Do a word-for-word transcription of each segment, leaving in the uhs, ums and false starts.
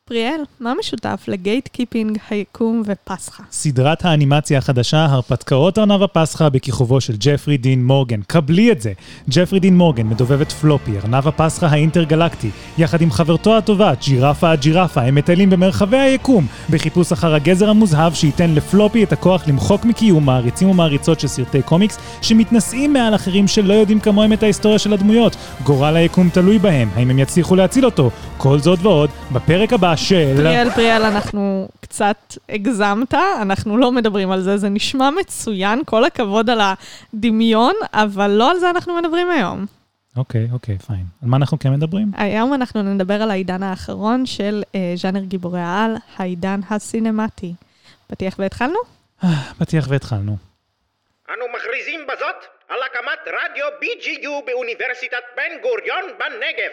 פריאל, מה משותף לגייט קיפינג, היקום ופסחה? סדרת האנימציה החדשה, הרפתקאות ארנב הפסחה, בכיכובו של ג'פרי דין מורגן. קבלי את זה. ג'פרי דין מורגן מדובב את פלופי, ארנב הפסחה האינטרגלקטי, יחד עם חברתו הטובה, ג'ירפה הג'ירפה, הם מטיילים במרחבי היקום, בחיפוש אחר הגזר המוזהב שייתן לפלופי את הכוח למחוק מקיום מעריצים ומעריצות של סרטי קומיקס, שמתנשאים מעל אחרים שלא יודעים כמוהם את ההיסטוריה של הדמויות. גורל היקום תלוי בהם, האם הם יצליחו להציל אותו? כל זאת ועוד, בפרק הבא של... פריאל, פריאל, אנחנו קצת הגזמת, אנחנו לא מדברים על זה, זה נשמע מצוין, כל הכבוד על הדמיון, אבל לא על זה אנחנו מדברים היום. אוקיי, אוקיי, פיין. על מה אנחנו כן מדברים? היום אנחנו נדבר על העידן האחרון של אה, ז'אנר גיבורי העל, העידן הסינמטי. פתיח והתחלנו? פתיח והתחלנו. אנו מכריזים בזאת על הקמת רדיו בי ג'י יו באוניברסיטת בן גוריון בנגב.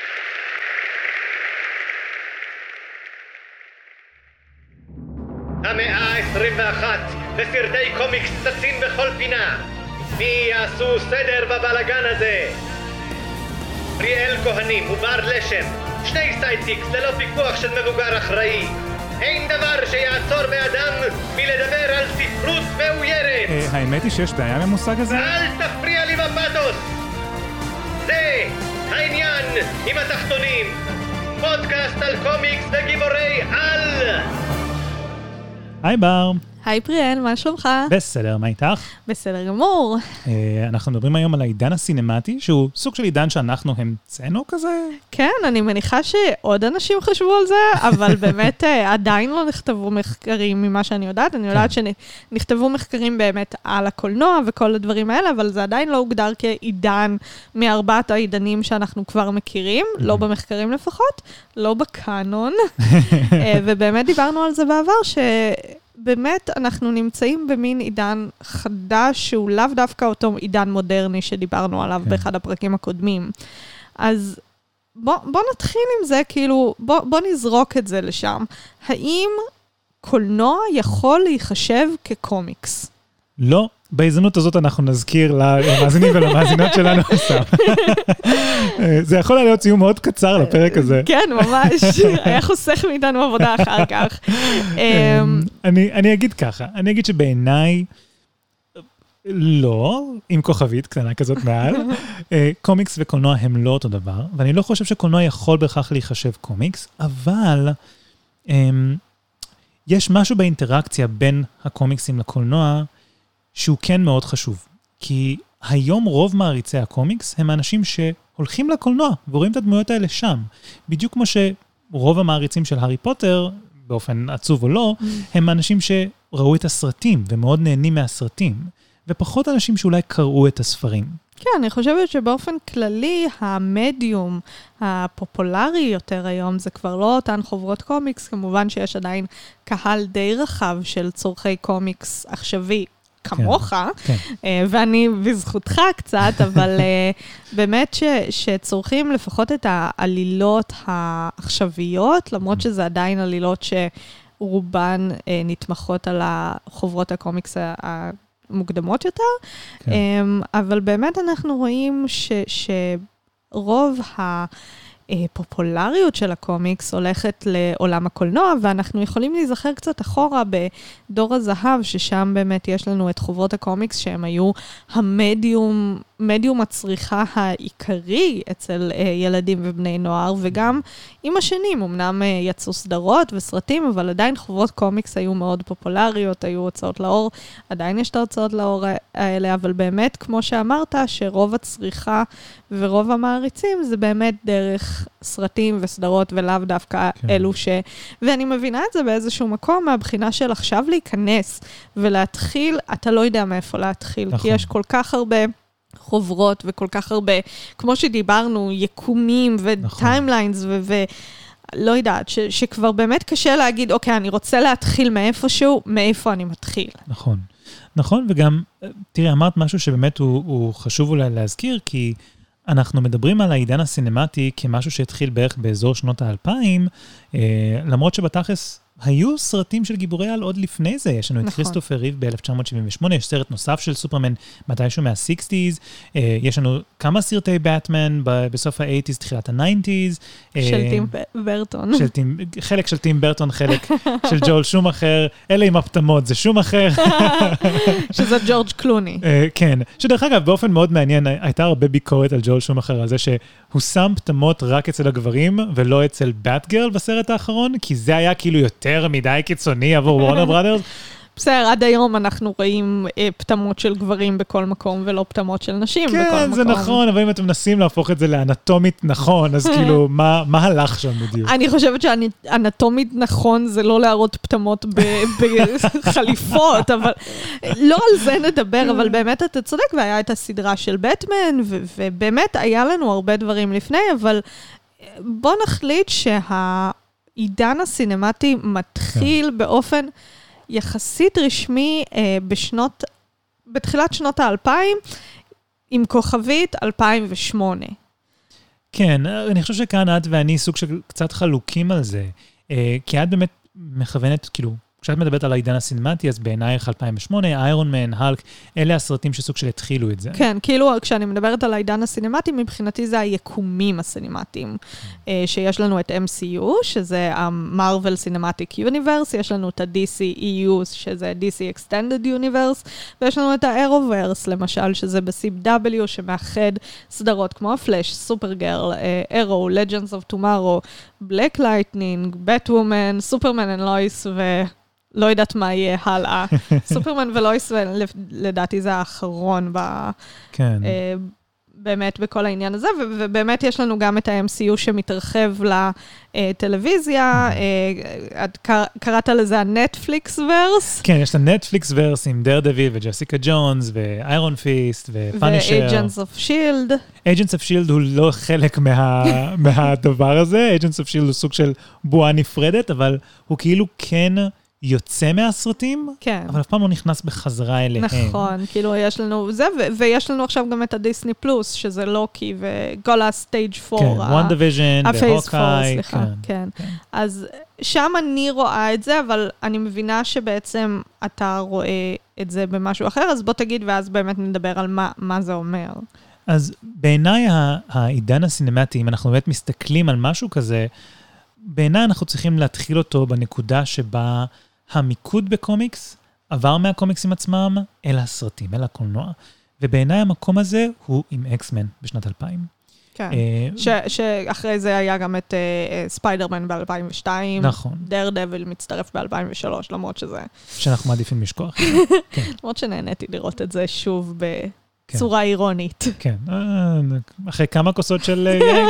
המאה ה-עשרים ואחת, לסרטי קומיקס צצים בכל פינה. מי יעשו סדר בבלגן הזה? פריאל כהנים ובר לשם, שני סיידקיקס ללא פיקוח של מבוגר אחראי. אין דבר שיעצור באדם מלדבר על ספרות מאוירת. האמת היא שיש בעיה ממושג הזה? אל תפריע לי בפאתוס. זה העניין עם התחתונים. פודקאסט על קומיקס וגיבורי על. היי בר. היי פריאל, מה שלומך? בסדר, מה איתך? בסדר גמור. אנחנו מדברים היום על העידן הסינמטי, שהוא סוג של עידן שאנחנו המצאנו כזה. כן, אני מניחה שעוד אנשים חשבו על זה, אבל באמת עדיין לא נכתבו מחקרים ממה שאני יודעת. אני יודעת שנכתבו מחקרים באמת על הקולנוע וכל הדברים האלה, אבל זה עדיין לא הוגדר כעידן מארבעת העידנים שאנחנו כבר מכירים, לא במחקרים לפחות, לא בקאנון. ובאמת דיברנו על זה בעבר, ש... באמת אנחנו נמצאים במין עידן חדש, שהוא לאו דווקא אותו עידן מודרני שדיברנו עליו כן. באחד הפרקים הקודמים. אז בוא, בוא נתחיל עם זה, כאילו, בוא, בוא נזרוק את זה לשם. האם קולנוע יכול להיחשב כקומיקס? לא. בהזדמנות הזאת אנחנו נזכיר למאזינים ולמאזינות שלנו עושה. זה יכול להיות סיום מאוד קצר לפרק הזה. כן, ממש. היה חוסך מאיתנו עבודה אחר כך. אני אגיד ככה, אני אגיד שבעיניי, לא, עם כוכבית קטנה כזאת מעל, קומיקס וקולנוע הם לא אותו דבר, ואני לא חושב שקולנוע יכול בכך להיחשב קומיקס, אבל יש משהו באינטראקציה בין הקומיקסים לקולנוע, שהוא כן מאוד חשוב, כי היום רוב מעריצי הקומיקס הם האנשים שהולכים לקולנוע ורואים את הדמויות האלה שם. בדיוק כמו שרוב המעריצים של הארי פוטר, באופן עצוב או לא, הם האנשים שראו את הסרטים ומאוד נהנים מהסרטים, ופחות אנשים שאולי קראו את הספרים. כן, אני חושבת שבאופן כללי, המדיום הפופולרי יותר היום, זה כבר לא אותן חוברות קומיקס, כמובן שיש עדיין קהל די רחב של צורכי קומיקס עכשווי, כמוך, כן, כן. ואני בזכותך קצת, אבל באמת ש, שצורכים לפחות את העלילות העכשוויות, למרות שזה עדיין עלילות שרובן נתמכות על החוברות הקומיקס המוקדמות יותר, כן. אבל באמת אנחנו רואים ש, שרוב ה... פופולריות של הקומיקס הולכת לעולם הקולנוע, ואנחנו יכולים להיזכר קצת אחורה בדור הזהב, ששם באמת יש לנו את חוברות הקומיקס, שהם היו המדיום, מדיום הצריכה העיקרי אצל ילדים ובני נוער, וגם עם השנים, אמנם יצאו סדרות וסרטים, אבל עדיין חוברות קומיקס היו מאוד פופולריות, היו הוצאות לאור, עדיין יש את ההוצאות לאור האלה, אבל באמת, כמו שאמרת, שרוב הצריכה ורוב המעריצים, זה באמת דרך סרטים וסדרות, ולאו דווקא כן. אלו ש... ואני מבינה את זה באיזשהו מקום, מהבחינה של עכשיו להיכנס ולהתחיל, אתה לא יודע מאיפה להתחיל, נכון. כי יש כל כך הרבה חוברות וכל כך הרבה, כמו שדיברנו, יקומים וטיימליינס נכון. ו... לא יודעת, ש... שכבר באמת קשה להגיד, אוקיי, אני רוצה להתחיל מאיפשהו, מאיפה אני מתחיל. נכון. נכון, וגם, תראי, אמרת משהו שבאמת הוא, הוא חשוב אולי להזכיר, כי אנחנו מדברים על העידן הסינמטי כמשהו שהתחיל בערך באזור שנות האלפיים, למרות שבתכלס היו סרטים של גיבורי על עוד לפני זה, יש לנו את כריסטופר ריב ב-אלף תשע מאות שבעים ושמונה, יש סרט נוסף של סופרמן מתישהו מה-סיקסטיז, יש לנו כמה סרטי באטמן בסוף ה-אייטיז, תחילת ה-ניינטיז. של טים ברטון. חלק של טים ברטון, חלק של ג'ול שום אחר, אלה עם הפתמות, זה שום אחר. שזה ג'ורג' קלוני. כן, שדרך אגב, באופן מאוד מעניין, הייתה הרבה ביקורת על ג'ול שום אחר, על זה שהוא שם פתמות רק אצל הגברים, ולא אצל באטגרל בסרט האחרון, כי זה היה כאילו יותר מדי קיצוני עבור וורנר בראדרס. בסדר, עד היום אנחנו רואים אה, פתמות של גברים בכל מקום, ולא פתמות של נשים כן, בכל מקום. כן, זה נכון, אבל אם אתם מנסים להפוך את זה לאנטומית נכון, אז כאילו, מה, מה הלך שם בדיוק? אני חושבת שאנטומית נכון זה לא להראות פתמות בחליפות, אבל לא על זה נדבר, אבל באמת אתה צודק, והיה את הסדרה של בטמן, ו- ובאמת היה לנו הרבה דברים לפני, אבל בוא נחליט שהעידן הסינמטי מתחיל באופן יחסית רשמי אה, בשנות, בתחילת שנות האלפיים, עם כוכבית אלפיים ושמונה. כן, אני חושב שכאן את ואני סוג של קצת חלוקים על זה, אה, כי את באמת מכוונת, כאילו, כשאת מדברת על העידן הסינמטי, אז בעינייך אלפיים ושמונה, איירון מן, הלק, אלה הסרטים שסוג של התחילו את זה. כן, כאילו כשאני מדברת על העידן הסינמטי, מבחינתי זה היקומים הסינמטיים, שיש לנו את אם סי יו, שזה ה-Marvel Cinematic Universe, יש לנו את ה-די סי אי יו, שזה די סי Extended Universe, ויש לנו את ה-Arrowverse, למשל, שזה ב-סי דאבליו, שמאחד סדרות כמו הפלאש, סופרגרל, Arrow, Legends of Tomorrow, Black Lightning, Batwoman, סופרמן and לואיס ו... לא יודעת מה יהיה הלאה. סופרמן ולואיס, לדעתי זה האחרון ב... כן. באמת בכל העניין הזה, ובאמת יש לנו גם את ה-אם סי יו שמתרחב לטלוויזיה, קראת לזה הנטפליקס ורס. כן, יש את הנטפליקס ורס עם דרדוויל וג'סיקה ג'ונס ואיירון פיסט ופאנישר. ו-Agents of שילד. Agents of שילד הוא לא חלק מהדבר הזה, Agents of שילד הוא סוג של בועה נפרדת, אבל הוא כאילו כן... יוצא מהסרטים, כן. אבל אף פעם לא נכנס בחזרה אליהם. נכון, כאילו יש לנו זה, ו- ויש לנו עכשיו גם את הדיסני פלוס, שזה לוקי וכל הסטייג' פור. כן, וואן דיוויז'ן והוקאי. סליחה, כן. כן. אז שם אני רואה את זה, אבל אני מבינה שבעצם אתה רואה את זה במשהו אחר, אז בוא תגיד, ואז באמת נדבר על מה, מה זה אומר. אז בעיניי העידן הסינמטי, אם אנחנו באמת מסתכלים על משהו כזה, בעיניי אנחנו צריכים להתחיל אותו בנקודה שבה המיקוד בקומיקס עבר מהקומיקסים עצמם אל הסרטים, אל הקולנוע. ובעיניי המקום הזה הוא עם אקסמן בשנת אלפיים. כן, שאחרי זה היה גם את ספיידרמן ב-אלפיים ושתיים. נכון. דרדוויל מצטרף ב-אלפיים ושלוש, למרות שזה... שאנחנו מעדיפים לשכוח. למרות שנהניתי לראות את זה שוב בצורה אירונית. כן, אחרי כמה כוסות של יין.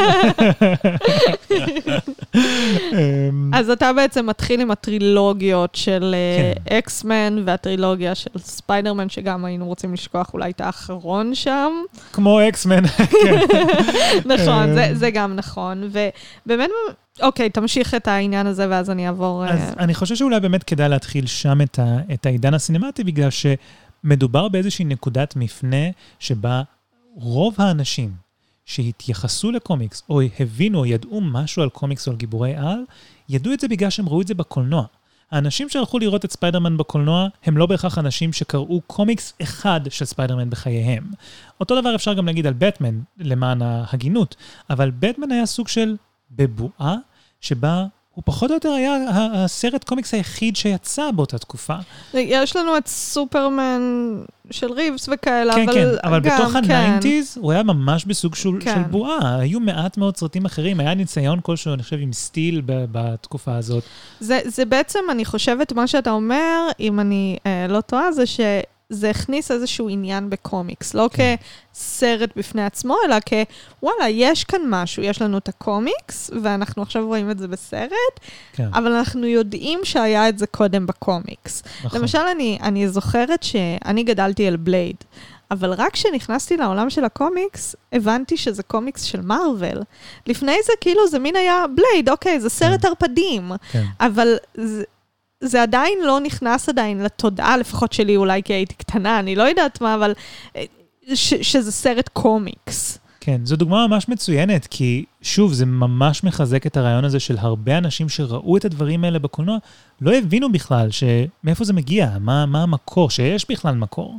אז אתה בעצם מתחיל עם הטרילוגיות של אקסמן, והטרילוגיה של ספיידרמן, שגם היינו רוצים לשכוח אולי את האחרון שם. כמו אקסמן. נכון, זה גם נכון. ובאמת, אוקיי, תמשיך את העניין הזה, ואז אני אעבור... אז אני חושב שאולי באמת כדאי להתחיל שם את העידן הסינמטי, בגלל שמדובר באיזושהי נקודת מפנה, שבה רוב האנשים, שהתייחסו לקומיקס, או הבינו, או ידעו משהו על קומיקס או על גיבורי על, ידעו את זה בגלל שהם ראו את זה בקולנוע. האנשים שהלכו לראות את ספיידרמן בקולנוע, הם לא בהכרח אנשים שקראו קומיקס אחד של ספיידרמן בחייהם. אותו דבר אפשר גם להגיד על בטמן, למען ההגינות, אבל בטמן היה סוג של בבועה, שבה הוא פחות או יותר היה הסרט קומיקס היחיד שיצא באותה תקופה. יש לנו את סופרמן של ריבס וכאלה, כן, אבל כן, אבל גם, בתוך כן. ה-תשעים הוא היה ממש בסוג של, כן. של בועה. היו מעט מאוד סרטים אחרים, היה ניסיון כלשהו, אני חושב, עם סטיל בתקופה הזאת. זה, זה בעצם, אני חושבת, מה שאתה אומר, אם אני אה, לא טועה, זה ש... זה הכניס איזשהו עניין בקומיקס, לא כן. כסרט בפני עצמו, אלא כוואלה, יש כאן משהו, יש לנו את הקומיקס, ואנחנו עכשיו רואים את זה בסרט, כן. אבל אנחנו יודעים שהיה את זה קודם בקומיקס. נכון. למשל, אני, אני זוכרת שאני גדלתי על בלייד, אבל רק כשנכנסתי לעולם של הקומיקס, הבנתי שזה קומיקס של מארוול. לפני זה כאילו זה מין היה בלייד, אוקיי, זה סרט הרפדים, כן. אבל זה... זה עדיין לא נכנס עדיין לתודעה, לפחות שלי אולי כי הייתי קטנה, אני לא יודעת מה, אבל ש, שזה סרט קומיקס. כן. כן, זו דוגמה ממש מצוינת, כי שוב, זה ממש מחזק את הרעיון הזה של הרבה אנשים שראו את הדברים האלה בקולנוע, לא הבינו בכלל שמאיפה זה מגיע, מה, מה המקור, שיש בכלל מקור.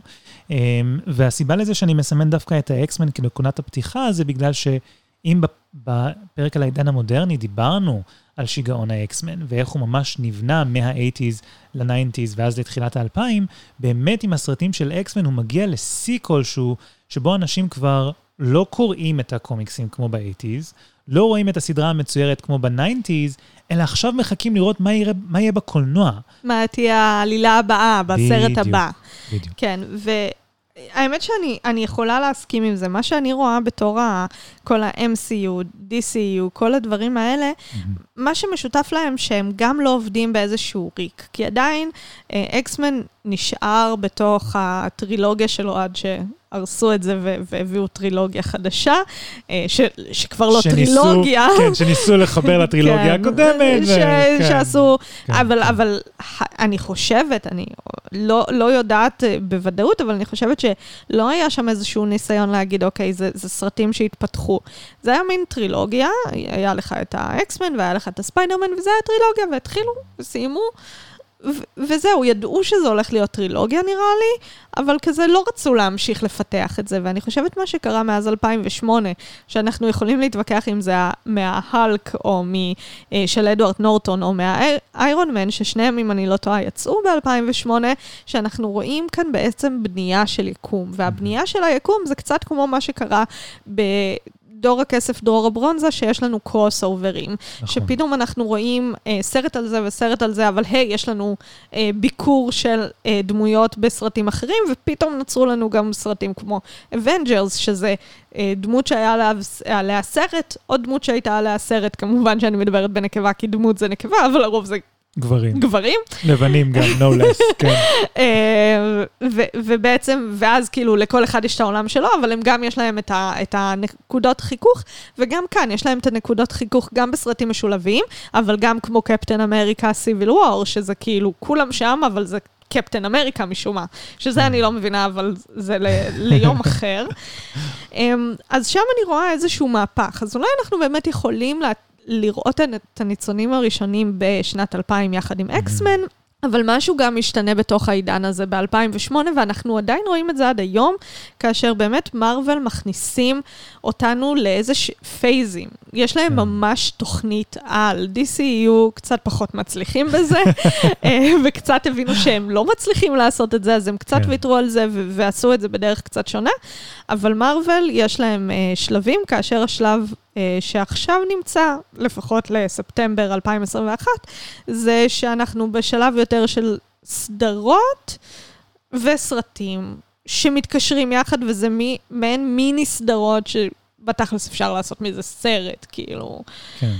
והסיבה לזה שאני מסמן דווקא את האקסמן כנקודת הפתיחה, זה בגלל שאם בפרק על העידן המודרני דיברנו על שיגעון האקסמן, ואיך הוא ממש נבנה מה-שמונים ל-תשעים ואז לתחילת ה-אלפיים, באמת עם הסרטים של אקסמן הוא מגיע לשיא כלשהו, שבו אנשים כבר לא קוראים את הקומיקסים כמו ב-שמונים, לא רואים את הסדרה המצוירת כמו ב-תשעים, אלא עכשיו מחכים לראות מה יהיה, מה יהיה בקולנוע. מה תהיה העלילה הבאה, בסרט בדיוק, הבא. בדיוק. כן, והאמת שאני אני יכולה להסכים עם זה. מה שאני רואה בתור כל ה-אם סי יו, די סי יו, כל הדברים האלה, mm-hmm. מה שמשותף להם שהם גם לא עובדים באיזשהו ריק. כי עדיין אקסמן נשאר בתוך הטרילוגיה שלו עד ש... הרסו את זה והביאו טרילוגיה חדשה, ש, שכבר לא שניסו, טרילוגיה. כן, שניסו לחבר לטרילוגיה כן, הקודמת. ש, ו... כן, שעשו, כן. אבל, אבל אני חושבת, אני לא, לא יודעת בוודאות, אבל אני חושבת שלא היה שם איזשהו ניסיון להגיד, אוקיי, זה, זה סרטים שהתפתחו. זה היה מין טרילוגיה, היה לך את האקסמן והיה לך את הספיידרמן, וזה היה טרילוגיה, והתחילו וסיימו. וזהו, ידעו שזה הולך להיות טרילוגיה נראה לי, אבל כזה לא רצו להמשיך לפתח את זה, ואני חושבת מה שקרה מאז אלפיים ושמונה, שאנחנו יכולים להתווכח אם זה מההלק או של אדוארד נורטון או מהאיירון מן, ששניהם אם אני לא טועה יצאו ב-אלפיים ושמונה, שאנחנו רואים כאן בעצם בנייה של יקום, והבנייה של היקום זה קצת כמו מה שקרה ב... דור הכסף, דור הברונזה, שיש לנו קרוס אוברים. נכון. שפתאום אנחנו רואים אה, סרט על זה וסרט על זה, אבל היי, יש לנו אה, ביקור של אה, דמויות בסרטים אחרים, ופתאום נוצרו לנו גם סרטים כמו Avengers, שזה אה, דמות שהיה עליה, עליה סרט, עוד דמות שהייתה עליה סרט, כמובן שאני מדברת בנקבה, כי דמות זה נקבה, אבל לרוב זה גברים. גברים. לבנים גם, no less, כן. ובעצם, ואז כאילו לכל אחד יש את העולם שלו, אבל הם גם יש להם את הנקודות חיכוך, וגם כאן יש להם את הנקודות חיכוך גם בסרטים משולבים, אבל גם כמו קפטן אמריקה סיביל וור, שזה כאילו כולם שם, אבל זה קפטן אמריקה משום מה, שזה אני לא מבינה, אבל זה ליום אחר. אז שם אני רואה איזשהו מהפך, אז אולי אנחנו באמת יכולים לה... לראות את הניצונים הראשונים בשנת אלפיים יחד עם אקסמן, אבל משהו גם משתנה בתוך העידן הזה ב-אלפיים ושמונה, ואנחנו עדיין רואים את זה עד היום, כאשר באמת מרוול מכניסים אותנו לאיזה ש... פייזים. יש להם ממש תוכנית על די סי יו, קצת פחות מצליחים בזה, וקצת הבינו שהם לא מצליחים לעשות את זה, אז הם קצת ויתרו על זה, ו- ועשו את זה בדרך קצת שונה, אבל מרוול יש להם uh, שלבים, כאשר השלב uh, שעכשיו נמצא, לפחות לספטמבר אלפיים עשרים ואחת, זה שאנחנו בשלב יותר של סדרות וסרטים, שמתקשרים יחד, וזה מי, מעין מיני סדרות שבתכלס אפשר לעשות מזה סרט, כאילו. כן.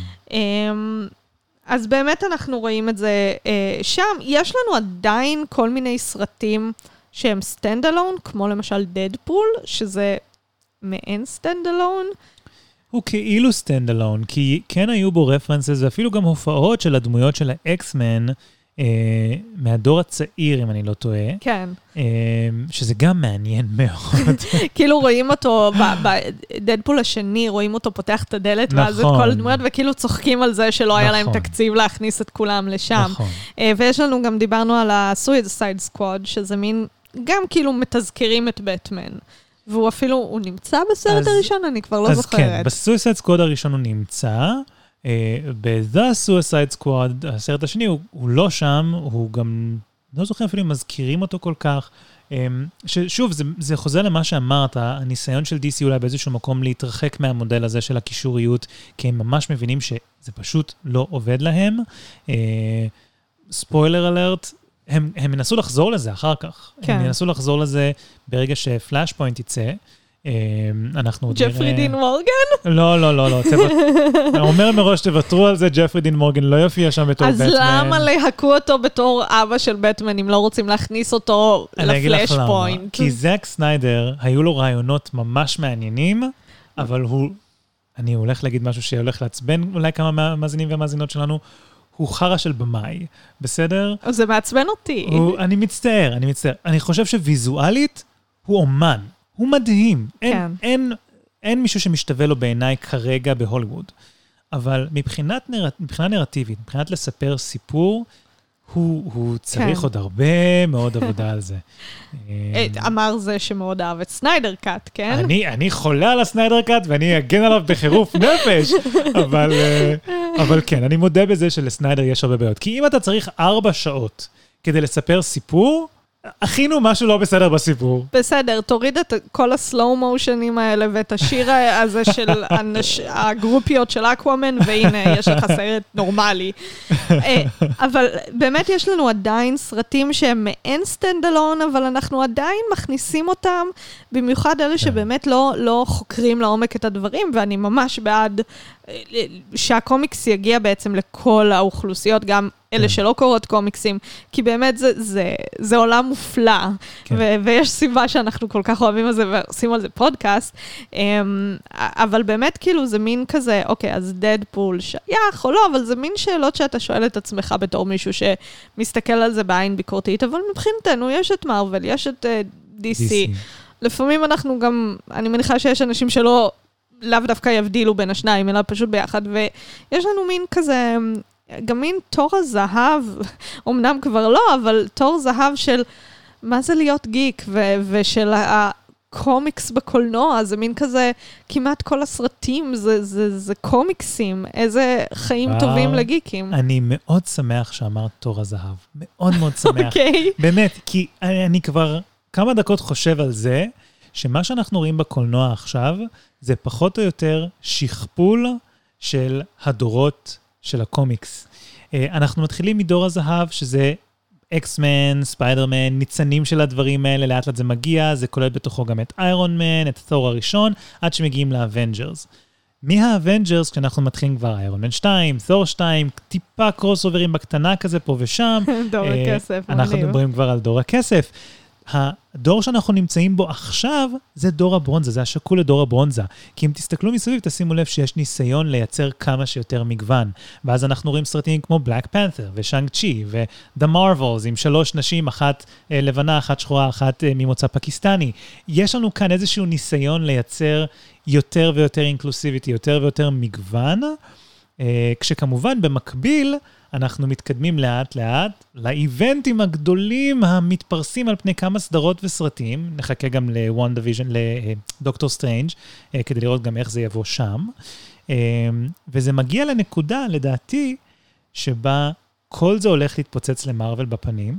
אז באמת אנחנו רואים את זה שם. יש לנו עדיין כל מיני סרטים שהם סטנד-אלון, כמו למשל דדפול, שזה מעין סטנד-אלון. הוא כאילו סטנד-אלון, כי כן היו בו רפרנסס, ואפילו גם הופעות של הדמויות של האקסמן, אה, מהדור הצעיר, אם אני לא טועה. כן. אה, שזה גם מעניין מאוד. כאילו רואים אותו, בדדפול השני, רואים אותו פותח את הדלת, נכון. ואז את כל הדמויות, וכאילו צוחקים על זה שלא נכון. היה להם תקציב להכניס את כולם לשם. נכון. אה, ויש לנו גם, דיברנו על ה-Suicide Squad, שזה מין, גם כאילו מתזכרים את בטמן. והוא אפילו, הוא נמצא בסרט אז, הראשון, אני כבר לא אז זוכרת. אז כן, בסויסייד סקוואד הראשון הוא נמצא, אה, ב-The Suicide Squad, הסרט השני, הוא, הוא לא שם, הוא גם, לא זוכר אפילו אם מזכירים אותו כל כך, אה, ששוב, זה, זה חוזר למה שאמרת, הניסיון של די סי אולי באיזשהו מקום להתרחק מהמודל הזה של הקישוריות, כי הם ממש מבינים שזה פשוט לא עובד להם. אה, ספוילר אלרט, הם, הם ינסו לחזור לזה אחר כך. כן. הם ינסו לחזור לזה ברגע שפלאש פוינט יצא. אנחנו ג'פרי דין מורגן? לא, לא, לא, לא. אומר מראש, תוותרו על זה, ג'פרי דין מורגן לא יופיע שם בתור בטמן. אז למה להקו אותו בתור אבא של בטמן, אם לא רוצים להכניס אותו לפלאש פוינט? כי זק סניידר, היו לו רעיונות ממש מעניינים, אבל הוא, אני הולך להגיד משהו שהולך לעצבן אולי כמה מהמאזינים והמאזינות שלנו, הוא חרה של במאי, בסדר? זה מעצבן אותי. הוא, אני מצטער, אני מצטער. אני חושב שוויזואלית הוא אומן, הוא מדהים. אין, כן. אין אין מישהו שמשתווה לו בעיניי כרגע בהוליווד. אבל מבחינת, נר... מבחינה נרטיבית, מבחינת לספר סיפור, הוא, הוא צריך כן. עוד הרבה מאוד עבודה על זה. אמר זה שמאוד אהב את סניידר קאט, כן? אני, אני חולה על הסניידר קאט, ואני אגן עליו בחירוף נפש, אבל, אבל כן, אני מודה בזה שלסניידר יש הרבה בעיות. כי אם אתה צריך ארבע שעות כדי לספר סיפור, הכינו משהו לא בסדר בסיפור. בסדר, תוריד את כל הסלואו מושנים האלה, ואת השיר הזה של הגרופיות של אקוואמן, והנה, יש לך סרט נורמלי. אבל באמת יש לנו עדיין סרטים שהם מעין סטנדלון, אבל אנחנו עדיין מכניסים אותם, במיוחד אלה שבאמת לא, לא חוקרים לעומק את הדברים, ואני ממש בעד שהקומיקס יגיע בעצם לכל האוכלוסיות, גם אלה שלא קוראות קומיקסים, כי באמת זה, זה, זה עולם מופלא, כן. ו- ויש סיבה שאנחנו כל כך אוהבים על זה, ועושים על זה פודקאסט, אבל באמת כאילו זה מין כזה, אוקיי, אז דדפול שייך או לא, אבל זה מין שאלות שאתה שואל את עצמך בתור מישהו שמסתכל על זה בעין ביקורתית, אבל מבחינתנו יש את מרוול, יש את uh, די סי. לפעמים אנחנו גם, אני מניחה שיש אנשים שלא, לאו דווקא יבדילו בין השניים, אלא פשוט ביחד, ויש לנו מין כזה, גם מין תור הזהב, אמנם כבר לא, אבל תור זהב של מה זה להיות גיק, ו- ושל הקומיקס בקולנוע, זה מין כזה, כמעט כל הסרטים, זה, זה, זה קומיקסים, איזה חיים וואו, טובים לגיקים. אני מאוד שמח שאמרת תור הזהב, מאוד מאוד שמח. Okay. באמת, כי אני, אני כבר כמה דקות חושב על זה, שמה שאנחנו רואים בקולנוע עכשיו, זה פחות או יותר שכפול של הדורות של הקומיקס. אנחנו מתחילים מדור הזהב, שזה אקסמן, ספיידרמן, ניצנים של הדברים האלה, לאט לאט זה מגיע, זה כולל בתוכו גם את איירון מן, את תור הראשון, עד שמגיעים לאבנג'רס. מהאבנג'רס, כשאנחנו מתחילים כבר איירון מן שתיים, תור שתיים, טיפה קרוס אוברים בקטנה כזה פה ושם. דור הכסף. אנחנו מדברים כבר על דור הכסף. הדור שאנחנו נמצאים בו עכשיו, זה דור הברונזה, זה השקול לדור הברונזה. כי אם תסתכלו מסביב, תשימו לב שיש ניסיון לייצר כמה שיותר מגוון. ואז אנחנו רואים סרטים כמו בלק פנת'ר, ושאנג צ'י, ו-The Marvels, עם שלוש נשים, אחת אה, לבנה, אחת שחורה, אחת אה, ממוצא פקיסטני. יש לנו כאן איזשהו ניסיון לייצר יותר ויותר אינקלוסיביטי, יותר ויותר מגוון, אה, כשכמובן במקביל, אנחנו מתקדמים לאט לאט לאיבנטים הגדולים המתפרסים על פני כמה סדרות וסרטים, נחכה גם ל-One Division, לדוקטור סטרנג', כדי לראות גם איך זה יבוא שם, וזה מגיע לנקודה, לדעתי, שבה כל זה הולך להתפוצץ למרוול בפנים,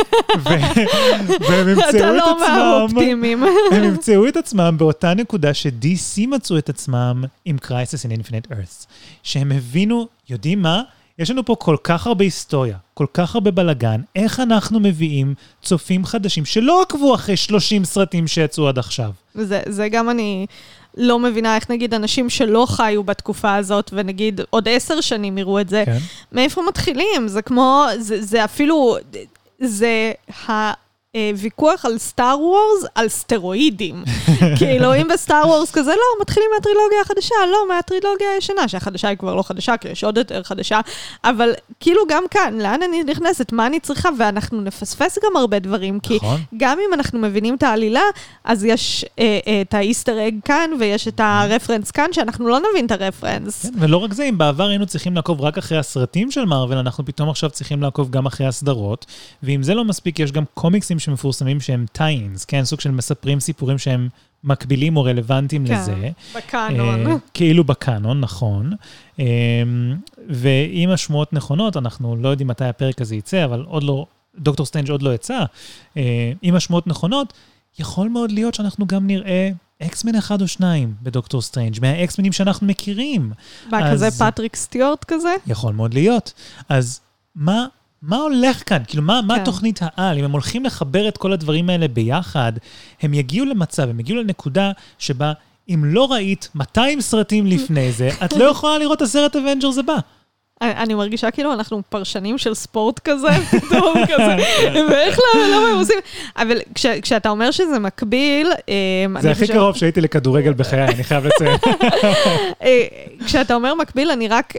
והם ימצאו את עצמם, הם ימצאו את עצמם באותה נקודה ש-די סי מצאו את עצמם עם Crisis in Infinite Earths, שהם הבינו, יודעים מה? יש לנו פה כל כך הרבה היסטוריה, כל כך הרבה בלגן, איך אנחנו מביאים צופים חדשים שלא עקבו אחרי שלושים סרטים שיצאו עד עכשיו. זה, זה גם אני לא מבינה איך נגיד אנשים שלא חיו בתקופה הזאת, ונגיד עוד עשר שנים יראו את זה, כן. מאיפה מתחילים? זה כמו, זה, זה אפילו, זה ה... ויכוח על סטאר וורס, על סטרואידים. כאילו, אם בסטאר וורס כזה, לא, מתחילים מהטרילוגיה החדשה, לא, מהטרילוגיה הישנה, שהחדשה היא כבר לא חדשה, כי יש עוד יותר חדשה, אבל כאילו גם כאן, לאן אני נכנסת, מה אני צריכה, ואנחנו נפספס גם הרבה דברים, כי גם אם אנחנו מבינים את העלילה, אז יש את האיסטר אג כאן, ויש את הרפרנס כאן, שאנחנו לא נבין את הרפרנס. ולא רק זה, אם בעבר היינו צריכים לעקוב רק אחרי הסרטים של מארוול, אנחנו פתאום עכשיו צריכים לעקוב גם אחרי הסדרות, ואם זה לא מספיק, יש גם קומיקסים שמפורסמים שהם טיינס, כן, סוג של מספרים סיפורים שהם מקבילים או רלוונטיים כן, לזה. בקאנון. אה, כאילו בקאנון, נכון. אה, ואם השמועות נכונות, אנחנו לא יודעים מתי הפרק הזה יצא, אבל עוד לא, דוקטור סטרנג' עוד לא יצא. אה, אם השמועות נכונות, יכול מאוד להיות שאנחנו גם נראה אקסמן אחד או שניים בדוקטור סטרנג', מהאקסמנים שאנחנו מכירים. מה, כזה פטריק סטיורט כזה? יכול מאוד להיות. אז מה... מה הולך כאן? כאילו, מה, מה התוכנית העל? אם הם הולכים לחבר את כל הדברים האלה ביחד, הם יגיעו למצב, הם יגיעו לנקודה שבה, אם לא ראית מאתיים סרטים לפני זה, את לא יכולה לראות את הסרט אבנג'רס הבא. אני מרגישה כאילו אנחנו פרשנים של ספורט כזה, פתאום כזה, ואיך למה הם עושים? אבל כשאתה אומר שזה מקביל... זה הכי קרוב שהייתי לכדורגל בחיי, אני חייב לציין. כשאתה אומר מקביל, אני רק...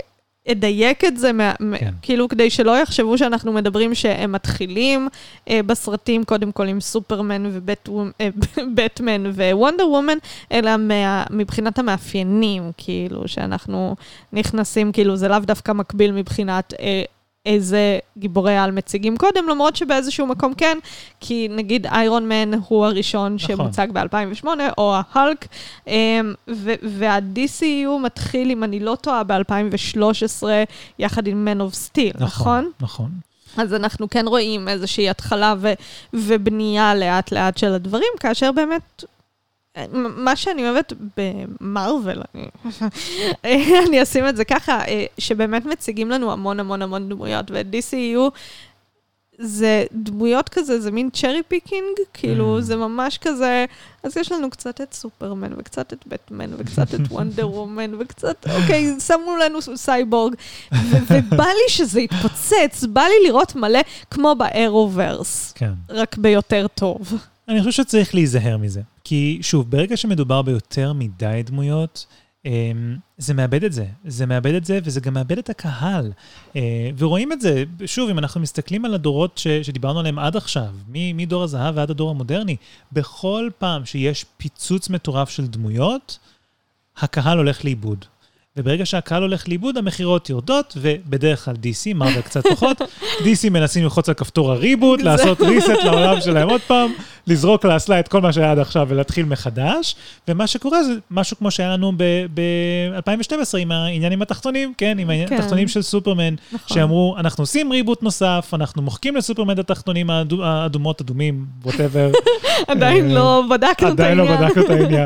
אדייק את זה, כן. כאילו כדי שלא יחשבו שאנחנו מדברים שהם מתחילים אה, בסרטים, קודם כל עם סופרמן ובטמן ווונדר וומן, אלא מה, מבחינת המאפיינים, כאילו שאנחנו נכנסים, כאילו זה לאו דווקא מקביל מבחינת אה, איזה גיבורי על מציגים קודם, למרות שבאיזשהו מקום כן, כי נגיד איירון מן הוא הראשון נכון. שמוצג ב-אלפיים ושמונה, או ההלק, וה-די סי יו מתחיל, אם אני לא טועה, ב-אלפיים ושלוש עשרה, יחד עם Man of Steel, נכון? נכון, נכון. אז אנחנו כן רואים איזושהי התחלה ו- ובנייה לאט לאט של הדברים, כאשר באמת, מה שאני אוהבת במרוול, אני, אני אשים את זה ככה, שבאמת מציגים לנו המון המון המון דמויות, ו-די סי יו זה דמויות כזה, זה מין צ'רי פיקינג, כאילו זה ממש כזה, אז יש לנו קצת את סופרמן, וקצת את בטמן, וקצת את וונדר וומן, וקצת, אוקיי, שמו לנו סייבורג, ובא לי שזה יתפוצץ, בא לי לראות מלא כמו באירוברס, רק ביותר טוב. אני חושב שצריך להיזהר מזה. כי שוב, ברגע שמדובר ביותר מדי דמויות, זה מאבד את זה. זה מאבד את זה, וזה גם מאבד את הקהל. ורואים את זה, שוב, אם אנחנו מסתכלים על הדורות ש, שדיברנו עליהם עד עכשיו, מדור הזהב ועד הדור המודרני, בכל פעם שיש פיצוץ מטורף של דמויות, הקהל הולך לאיבוד. וברגע שהקהל הולך לאיבוד, המחירות יורדות, ובדרך כלל די סי, מרוול קצת פחות, די סי מנסים ללחוץ על כפתור הריבוט, לעשות ריסט לעולם שלהם עוד פעם, לזרוק לאסלה את כל מה שהיה עד עכשיו ולהתחיל מחדש, ומה שקורה זה משהו כמו שהיה לנו ב-אלפיים ושתים עשרה עם העניינים התחתונים, כן, עם התחתונים של סופרמן, שאמרו, אנחנו עושים ריבוט נוסף, אנחנו מוחקים לסופרמן את התחתונים האדומות, אדומים, whatever. עדיין לא בדקנו את העניין. עדיין לא בדקנו את העניין.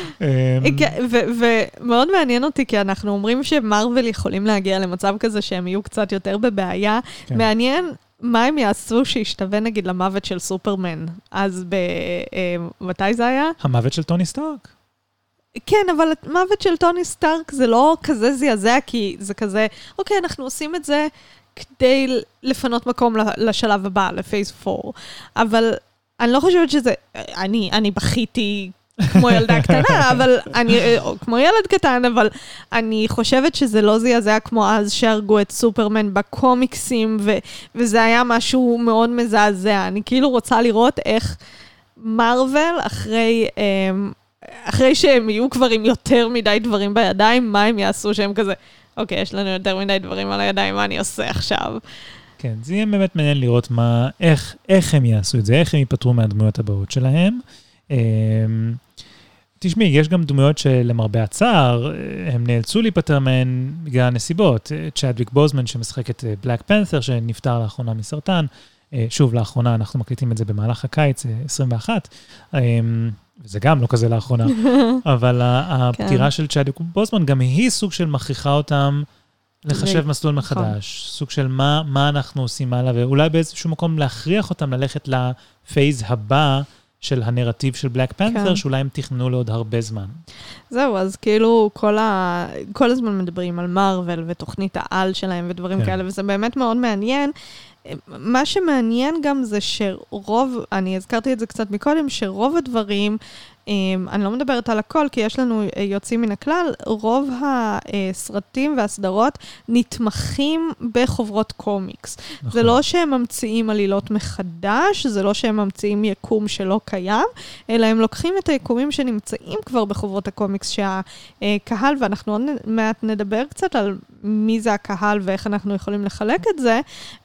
ומאוד מעניין אותי, כי אנחנו אומרים שמרוול יכולים להגיע למצב כזה שהם יהיו קצת יותר בבעיה. מעניין מה הם יעשו שישתווה נגיד למוות של סופרמן. אז מתי זה היה? המוות של טוני סטארק. כן, אבל המוות של טוני סטארק זה לא כזה זעזע, כי זה כזה, אוקיי, אנחנו עושים את זה כדי לפנות מקום לשלב הבא, לפייס פור. אבל אני לא חושבת שזה, אני, אני בכיתי כמו ילדה קטנה, אבל אני, כמו ילד קטן, אבל אני חושבת שזה לא זעזע כמו אז שהרגו את סופרמן בקומיקסים, ו, וזה היה משהו מאוד מזעזע. אני כאילו רוצה לראות איך מרוול, אחרי, אחרי שהם יהיו כבר עם יותר מדי דברים בידיים, מה הם יעשו שהם כזה, אוקיי, יש לנו יותר מדי דברים על הידיים, מה אני עושה עכשיו? כן, זה יהיה באמת מעניין לראות מה, איך, איך הם יעשו את זה, איך הם ייפטרו מהדמויות הבאות שלהם. תשמעי, יש גם דמויות שלמרבה הצער, הם נאלצו להיפטר מהן בגלל הנסיבות. צ'אדוויק בוזמן שמשחק את בלק פנת'ר, שנפטר לאחרונה מסרטן. שוב, לאחרונה, אנחנו מקליטים את זה במהלך הקיץ, עשרים ואחת. וזה גם לא כזה לאחרונה. אבל הפטירה של צ'אדוויק בוזמן, גם היא סוג של מכריחה אותם לחשב מסלול מחדש. סוג של מה, מה אנחנו עושים הלאה, ואולי באיזשהו מקום להכריח אותם ללכת לפייז הבא, של הנרטיב של בלק פנת'ר, שאולי הם תכננו לעוד הרבה זמן. זהו, אז כאילו כל, ה... כל הזמן מדברים על מרוול ותוכנית העל שלהם ודברים כאלה, וזה באמת מאוד מעניין. מה שמעניין גם זה שרוב, אני הזכרתי את זה קצת מקודם, שרוב הדברים, אני לא מדברת על הכל, כי יש לנו יוצאים מן הכלל, רוב הסרטים והסדרות נתמכים בחוברות קומיקס. נכון. זה לא שהם ממציאים עלילות מחדש, זה לא שהם ממציאים יקום שלא קיים, אלא הם לוקחים את היקומים שנמצאים כבר בחוברות הקומיקס שהקהל, ואנחנו עוד מעט נדבר קצת על מי זה הקהל ואיך אנחנו יכולים לחלק את זה,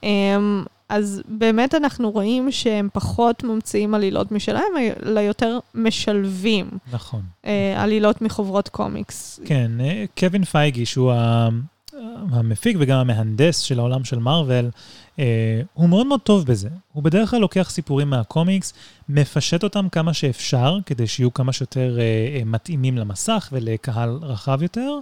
אז באמת אנחנו רואים שהם פחות ממציאים עלילות משלהם, אלא יותר משלבים. נכון. עלילות מחוברות קומיקס. כן, קווין פייגי, שהוא המפיק וגם המהנדס של העולם של מרוול, הוא מאוד מאוד טוב בזה. הוא בדרך כלל לוקח סיפורים מהקומיקס, מפשט אותם כמה שאפשר, כדי שיהיו כמה שיותר מתאימים למסך ולקהל רחב יותר.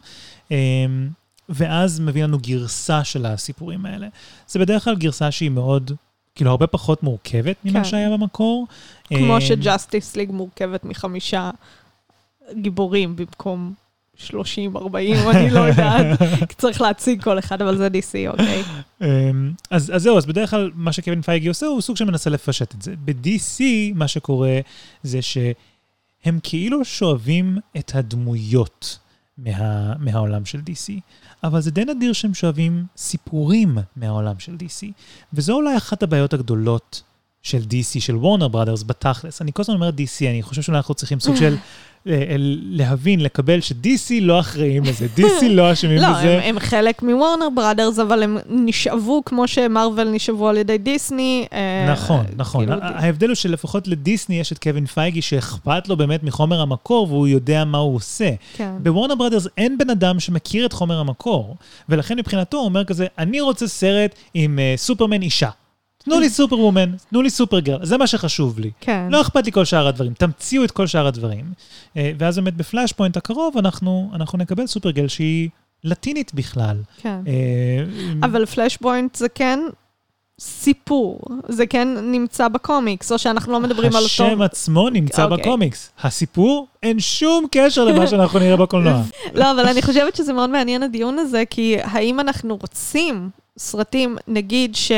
ואז מביא לנו גרסה של הסיפורים האלה. זה בדרך כלל גרסה שהיא מאוד, כאילו הרבה פחות מורכבת ממה כן. שהיה במקור. כמו שג'אסטיס ליג מורכבת מחמישה גיבורים במקום שלושים ארבעים, אני לא יודעת, צריך להציג כל אחד, אבל זה די סי, אוקיי. אז, אז זהו, אז בדרך כלל מה שקווין פייגי עושה, הוא סוג שמנסה לפשט את זה. ב-די סי מה שקורה זה שהם כאילו שואבים את הדמויות, מה, מהעולם של די סי, אבל זה די נדיר שהם שואבים סיפורים מהעולם של די סי, וזו אולי אחת הבעיות הגדולות של די סי, של וורנר בראדרס בתכלס. אני כל הזמן אומר די סי, אני חושב שאולי אנחנו צריכים סוג של להבין, לקבל ש-די סי לא אחראים לזה, די סי לא אשמים בזה. לא, הם, הם חלק מוורנר בראדרס, אבל הם נשאבו כמו שמרוול נשאבו על ידי דיסני. נכון, נכון. ההבדל הוא שלפחות לדיסני יש את קווין פייגי, שאכפת לו באמת מחומר המקור, והוא יודע מה הוא עושה. בוורנר בראדרס אין בן אדם שמכיר את חומר המקור, ולכן מבחינתו הוא אומר כזה, אני רוצה סרט עם סופרמן אישה. תנו לי סופר וומן, תנו לי סופר גרל, זה מה שחשוב לי. כן. לא אכפת לי כל שאר הדברים, תמציאו את כל שאר הדברים. ואז באמת בפלאש פוינט הקרוב, אנחנו, אנחנו נקבל סופר גרל שהיא לטינית בכלל. כן. אבל פלאש פוינט זה כן סיפור, זה כן נמצא בקומיקס, או שאנחנו לא מדברים על אותו... השם עצמו נמצא בקומיקס. הסיפור, אין שום קשר למה שאנחנו נראה בקולנוע. לא, אבל אני חושבת שזה מאוד מעניין הדיון הזה, כי האם אנחנו רוצים סרטים, נגיד ש...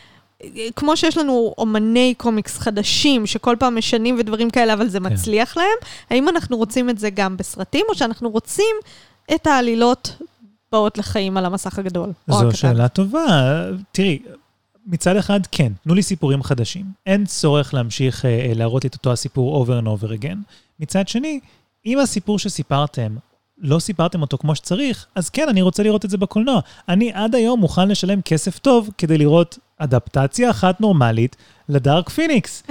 כמו שיש לנו אומני קומיקס חדשים, שכל פעם משנים ודברים כאלה, אבל זה מצליח להם, האם אנחנו רוצים את זה גם בסרטים, או שאנחנו רוצים את העלילות באות לחיים על המסך הגדול? זו שאלה טובה. תראי, מצד אחד, כן, תנו לי סיפורים חדשים. אין צורך להמשיך להראות את אותו הסיפור over and over again. מצד שני, אם הסיפור שסיפרתם, לא סיפרתם אותו כמו שצריך, אז כן, אני רוצה לראות את זה בקולנוע. אני עד היום מוכן לשלם כסף טוב כדי לראות אדפטציה אחת נורמלית לדארק פיניקס.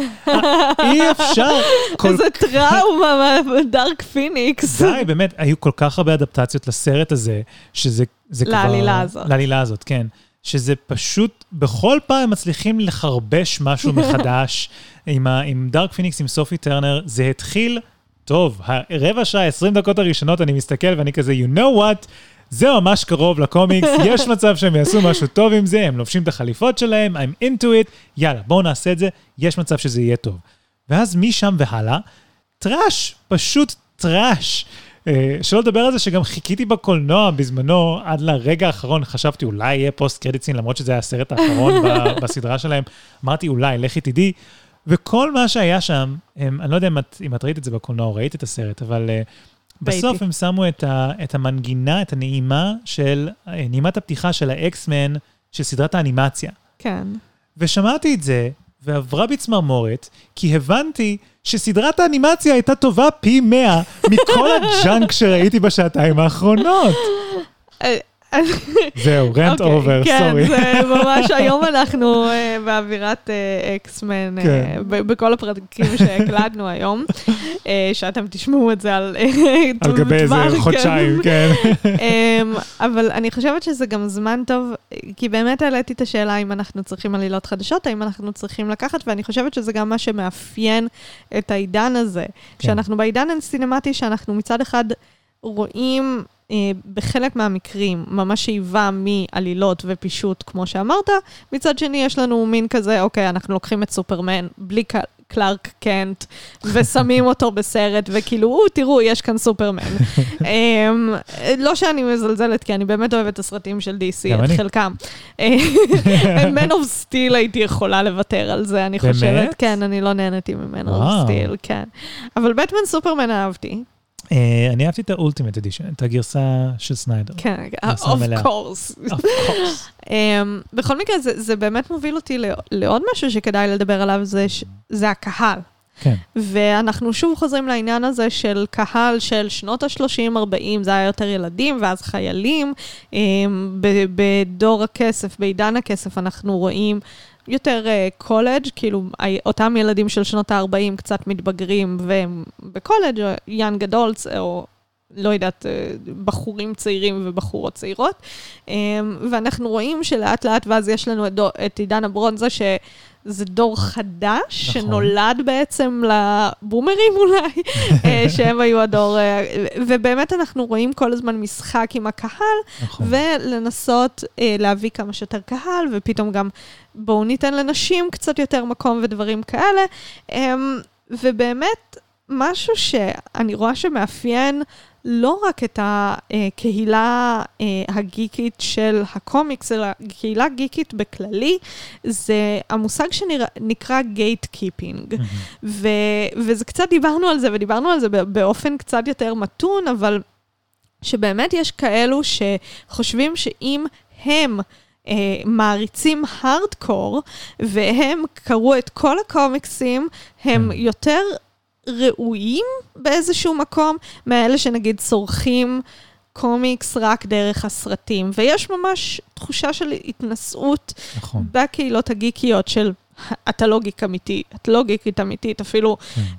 אי אפשר. איזה טראומה דארק פיניקס. די, באמת, היו כל כך הרבה אדפטציות לסרט הזה, שזה כבר... לעלילה הזאת. לעלילה הזאת, כן. שזה פשוט, בכל פעם מצליחים לחרבש משהו מחדש עם דארק פיניקס, עם סופי טרנר. זה התחיל... טוב, הרבע שעה, עשרים דקות הראשונות, אני מסתכל ואני כזה, you know what, זה ממש קרוב לקומיקס, יש מצב שהם יעשו משהו טוב עם זה, הם לובשים את החליפות שלהם, I'm into it, יאללה, בואו נעשה את זה, יש מצב שזה יהיה טוב. ואז משם והלאה, טראש, פשוט טראש. שלא לדבר על זה שגם חיכיתי בקולנוע בזמנו, עד לרגע האחרון, חשבתי אולי יהיה פוסט קרדיטסין, למרות שזה היה הסרט האחרון בסדרה שלהם, אמרתי אולי, לכי תדעי, וכל מה שהיה שם, הם, אני לא יודע אם את, אם את ראית את זה בקולנוע או ראית את הסרט, אבל uh, בסוף הם שמו את, ה, את המנגינה, את הנעימה של, נעימת הפתיחה של האקסמן, של סדרת האנימציה. כן. ושמעתי את זה, ועברה בי צמרמורת, כי הבנתי שסדרת האנימציה הייתה טובה פי מאה, מכל הג'אנק שראיתי בשעתיים האחרונות. זהו, רנט אובר, סורי. כן, זה ממש, היום אנחנו באווירת אקסמן, בכל הפרקים שהקלטנו היום, שאתם תשמעו את זה על... על גבי איזה חודשיים, כן. אבל אני חושבת שזה גם זמן טוב, כי באמת העליתי את השאלה אם אנחנו צריכים עלילות חדשות, האם אנחנו צריכים לקחת, ואני חושבת שזה גם מה שמאפיין את העידן הזה, שאנחנו בעידן הסינמטי, שאנחנו מצד אחד רואים... בחלק מהמקרים, ממש שאיבה מעלילות ופישוט, כמו שאמרת, מצד שני יש לנו מין כזה, אוקיי, אנחנו לוקחים את סופרמן, בלי קלארק קנט, ושמים אותו בסרט, וכאילו, תראו, יש כאן סופרמן. לא שאני מזלזלת, כי אני באמת אוהבת את הסרטים של די סי, את חלקם. Man of Steel הייתי יכולה לוותר על זה, אני חושבת. כן, אני לא נהנתי מ-Man of Steel, כן. אבל בטמן סופרמן אהבתי. אני אהבתי את האולטימט אדישן, את הגרסה של סניידר. כן, of course. of course. בכל מקרה, זה באמת מוביל אותי לעוד משהו שכדאי לדבר עליו, זה הקהל. כן. ואנחנו שוב חוזרים לעניין הזה של קהל של שנות ה-שלושים ארבעים, זה היה יותר ילדים, ואז חיילים. בדור הכסף, בעידן הכסף, אנחנו רואים... יותר קולג', uh, כאילו אותם ילדים של שנות ה-ארבעים קצת מתבגרים והם בקולג' או יאנג אדולטס או לא יודעת, בחורים צעירים ובחורות צעירות. Um, ואנחנו רואים שלאט לאט ואז יש לנו את, דו, את עידן הברונזה שזה דור חדש נכון. שנולד בעצם לבומרים אולי, שהם היו הדור, ובאמת אנחנו רואים כל הזמן משחק עם הקהל, נכון. ולנסות uh, להביא כמה שיותר קהל, ופתאום גם בואו ניתן לנשים קצת יותר מקום ודברים כאלה, um, ובאמת משהו שאני רואה שמאפיין לא רק את הקהילה הגיקית של הקומיקס, אלא קהילה גיקית בכללי, זה המושג שנקרא גייט-קיפינג. וזה קצת דיברנו על זה, ודיברנו על זה באופן קצת יותר מתון, אבל שבאמת יש כאלו שחושבים שאם הם אה, מעריצים הארדקור, והם קראו את כל הקומיקסים, הם יותר ראויים באיזשהו מקום, מאלה שנגיד צורכים קומיקס רק דרך הסרטים. ויש ממש תחושה של התנסות נכון. בקהילות הגיקיות של אתה לא גיק אמיתי, את לא גיקית אמיתית, אפילו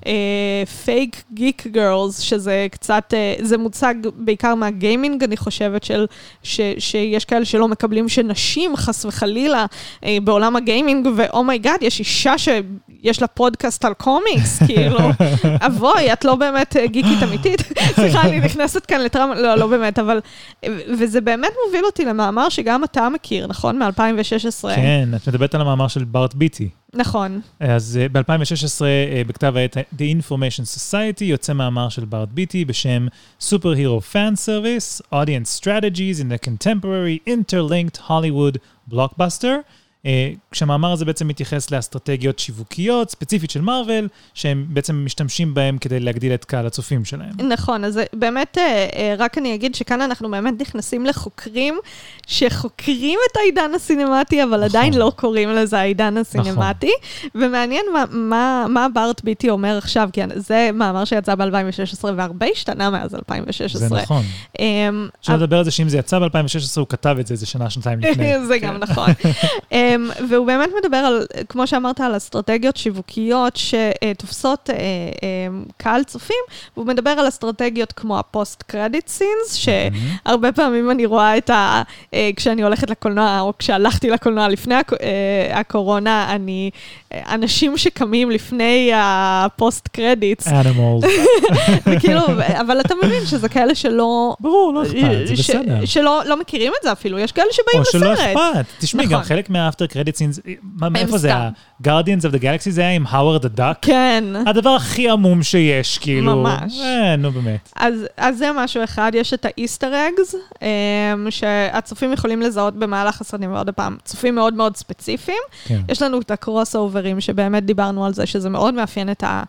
פייק גיק גרלס, שזה קצת, uh, זה מוצג בעיקר מהגיימינג, אני חושבת, של, ש, שיש כאלה שלא מקבלים שנשים, חס וחלילה, uh, בעולם הגיימינג, ואומייגאד, יש אישה שיש לה פודקאסט על קומיקס, כאילו, אבוי, את לא באמת גיקית אמיתית, סליחה, אני נכנסת כאן לטראומה, לא, לא באמת, אבל, וזה באמת מוביל אותי למאמר שגם אתה מכיר, נכון? מ-אלפיים ושש עשרה. כן, את מדברת על המאמר של בארט ביטי. נכון. אז ב-אלפיים ושש עשרה, בכתב העת The Information Society, יוצא מאמר של בארט ביטי בשם Superhero Fan Service, Audience Strategies in the Contemporary Interlinked Hollywood Blockbuster, כשהמאמר הזה בעצם מתייחס לאסטרטגיות שיווקיות, ספציפית של מארוול, שהם בעצם משתמשים בהם כדי להגדיל את קהל הצופים שלהם. נכון, אז באמת, רק אני אגיד שכאן אנחנו באמת נכנסים לחוקרים, שחוקרים את העידן הסינמטי, אבל עדיין לא קוראים לזה העידן הסינמטי, ומעניין מה בארט ביטי אומר עכשיו, כי זה מאמר שיצא ב-אלפיים ושש עשרה, והרבה השתנה מאז אלפיים ושש עשרה. זה נכון. אפשר לדבר על זה שאם זה יצא ב-אלפיים ושש עשרה, הוא כתב את זה, זה שנה, שנתיים לפני. זה גם נכון. והוא באמת מדבר על, כמו שאמרת, על אסטרטגיות שיווקיות שתופסות קהל צופים, והוא מדבר על אסטרטגיות כמו הפוסט קרדיט סינס, שהרבה פעמים אני רואה את ה... כשאני הולכת לקולנוע, או כשהלכתי לקולנוע לפני הקורונה, אני... אנשים שקמים לפני הפוסט קרדיטס. Animals. וכאילו, אבל אתה מבין שזה כאלה שלא... ברור, לא אכפת, זה בסדר. שלא מכירים את זה אפילו, יש כאלה שבאים לסרט. או שלא אכפת. תשמעי, גם חלק מה-after credit scenes, מאיפה זה? ה-Guardians of the Galaxy זה היה עם Howard the Duck? כן. הדבר הכי עמום שיש, כאילו. ממש. נו, באמת. אז זה משהו אחד, יש את האיסטר אגס, שהצופים יכולים לזהות במהלך הסרטים, ועוד הפעם, צופים מאוד מאוד ספציפיים. יש לנו את הקרוס אוברים, שבאמת דיברנו על זה, שזה מאוד מאפיין את ה...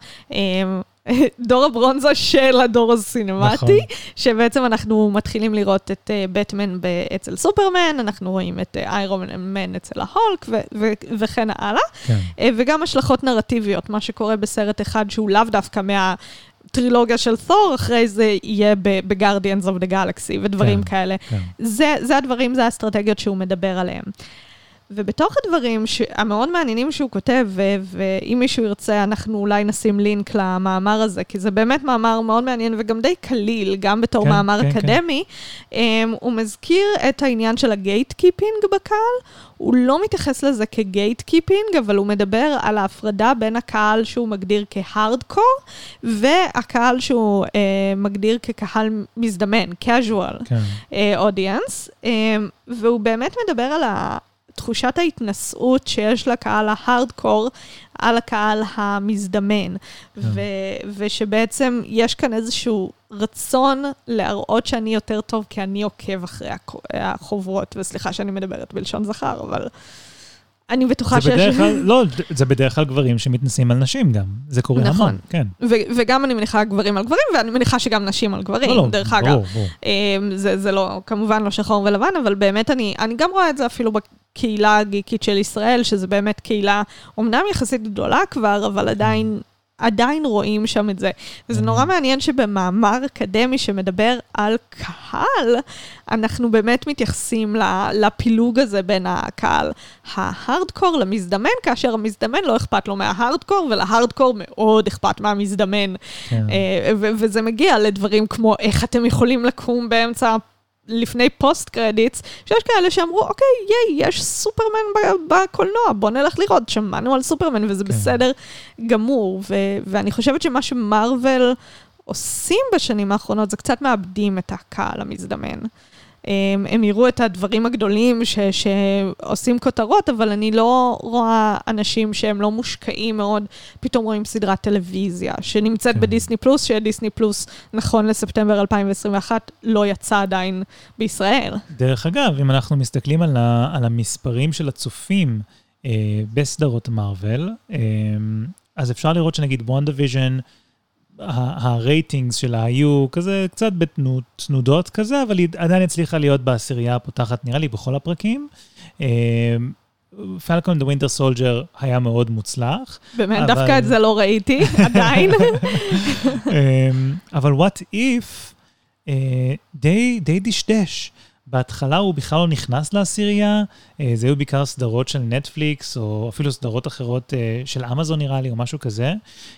דור הברונזה של הדור הסינמטי, שבעצם אנחנו מתחילים לראות את בטמן אצל סופרמן, אנחנו רואים את איירון מן אצל ההולק, וכן הלאה. וגם השלכות נרטיביות, מה שקורה בסרט אחד שהוא לאו דווקא מה... טרילוגיה של תור, אחרי זה יהיה ב-Guardians of the Galaxy ודברים כאלה. זה הדברים, זה האסטרטגיות שהוא מדבר עליהם. ובתוך הדברים המאוד מעניינים שהוא כותב, ואם מישהו ירצה, אנחנו אולי נשים לינק למאמר הזה, כי זה באמת מאמר מאוד מעניין, וגם די קליל, גם בתור מאמר אקדמי, הוא מזכיר את העניין של הגייט קיפינג בקהל, הוא לא מתייחס לזה כגייט קיפינג, אבל הוא מדבר על ההפרדה בין הקהל שהוא מגדיר כהארדקור, והקהל שהוא מגדיר כקהל מזדמן, casual audience, והוא באמת מדבר על ה... תחושת ההתנסות שיש לקהל ההארדקור על הקהל המזדמן, ו- ושבעצם יש כאן איזשהו רצון להראות שאני יותר טוב, כי אני עוקב אחרי החוברות, וסליחה שאני מדברת בלשון זכר, אבל אני בטוחה שיש... בדרך כלל, לא, זה בדרך כלל גברים שמתנסים על נשים גם, זה קורה נכון. המון, כן. ו- וגם אני מניחה גברים על גברים, ואני מניחה שגם נשים על גברים, לא, לא, דרך ברור, אגב. ברור. זה, זה לא, כמובן לא שחור ולבן, אבל באמת אני, אני גם רואה את זה אפילו בקהילה הגיקית של ישראל, שזה באמת קהילה, אומנם יחסית גדולה כבר, אבל עדיין... עדיין רואים שם את זה. וזה נורא מעניין שבמאמר אקדמי שמדבר על קהל, אנחנו באמת מתייחסים לפילוג הזה בין הקהל ההארדקור למזדמן, כאשר המזדמן לא אכפת לו מההארדקור, ולהארדקור מאוד אכפת מהמזדמן. וזה מגיע לדברים כמו איך אתם יכולים לקום באמצע לפני פוסט קרדיטס, שיש כאלה שאמרו, אוקיי, ייי, יש סופרמן בקולנוע, בוא נלך לראות, שמענו על סופרמן, וזה בסדר גמור, ואני חושבת שמה שמרוול עושים בשנים האחרונות, זה קצת מאבדים את הקהל המזדמן. הם יראו את הדברים הגדולים ש, שעושים כותרות, אבל אני לא רואה אנשים שהם לא מושקעים מאוד, פתאום רואים סדרת טלוויזיה, שנמצאת כן. בדיסני פלוס, שדיסני פלוס נכון לספטמבר אלפיים עשרים ואחת, לא יצא עדיין בישראל. דרך אגב, אם אנחנו מסתכלים על, ה, על המספרים של הצופים אה, בסדרות מארוול, אה, אז אפשר לראות שנגיד WandaVision, הרייטינגס שלה היו כזה קצת בתנודות כזה, אבל היא עדיין הצליחה להיות בעשירייה הפותחת, נראה לי, בכל הפרקים. פלקון דה ווינטר סולג'ר היה מאוד מוצלח. באמת, אבל... דווקא את זה לא ראיתי, עדיין. אבל what if די, די דשדש. בהתחלה הוא בכלל לא נכנס לעשירייה, זה היו בעיקר סדרות של נטפליקס, או אפילו סדרות אחרות של אמזון נראה לי, או משהו כזה.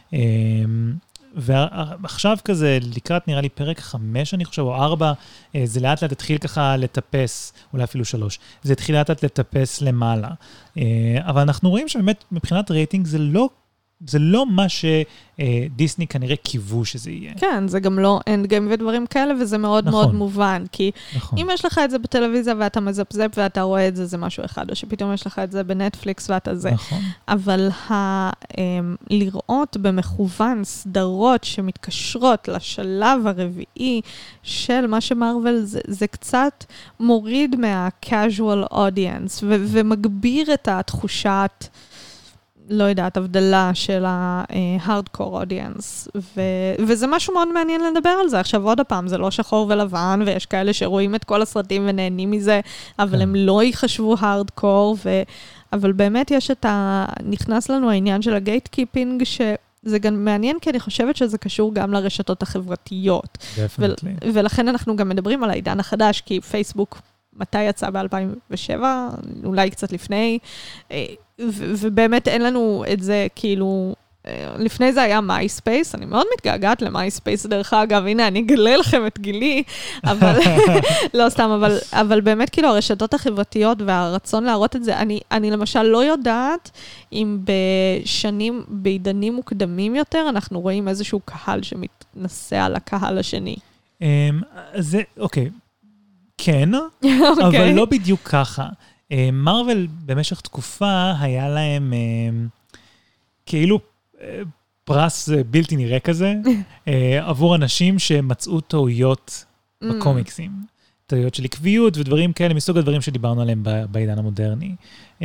ועכשיו כזה, לקראת נראה לי פרק חמש, אני חושב, או ארבע, זה לאט לאט התחיל ככה לטפס, אולי אפילו שלוש, זה התחיל לאט לאט לטפס למעלה. אבל אנחנו רואים שבאמת מבחינת רייטינג זה לא, זה לא מה שדיסני כנראה קיוו שזה יהיה. כן, זה גם לא אנד גיים ודברים כאלה, וזה מאוד נכון. מאוד מובן, כי נכון. אם יש לך את זה בטלוויזיה ואתה מזפזפ ואתה רואה את זה, זה משהו אחד, או שפתאום יש לך את זה בנטפליקס ואתה זה. נכון. אבל ה, לראות במכוון סדרות שמתקשרות לשלב הרביעי של מה שמרוול, זה, זה קצת מוריד מה-casual audience, ו- ומגביר את התחושת לא יודעת, הבדלה של ה-hardcore audience, ו- וזה משהו מאוד מעניין לדבר על זה. עכשיו עוד הפעם, זה לא שחור ולבן, ויש כאלה שרואים את כל הסרטים ונהנים מזה, אבל הם לא יחשבו hardcore, ו- אבל באמת יש את ה... נכנס לנו העניין של הגייט-קיפינג, שזה גם מעניין, כי אני חושבת שזה קשור גם לרשתות החברתיות. ו- ולכן אנחנו גם מדברים על העידן החדש, כי פייסבוק מתי יצא ב-אלפיים ושבע, אולי קצת לפני, ו- ובאמת אין לנו את זה, כאילו, לפני זה היה MySpace, אני מאוד מתגעגעת ל-MySpace, דרך אגב, הנה, אני אגלה לכם את גילי, אבל, לא סתם, אבל, אבל באמת, כאילו, הרשתות החברתיות והרצון להראות את זה, אני, אני למשל לא יודעת אם בשנים, בעידנים מוקדמים יותר, אנחנו רואים איזשהו קהל שמתנסה על הקהל השני. זה, אוקיי. כן, אבל לא בדיוק ככה. מרוול במשך תקופה היה להם כאילו פרס בלתי נראה כזה, עבור אנשים שמצאו טעויות בקומיקסים. טעויות של עקביות ודברים כאלה, מסוג הדברים שדיברנו עליהם בעידן המודרני.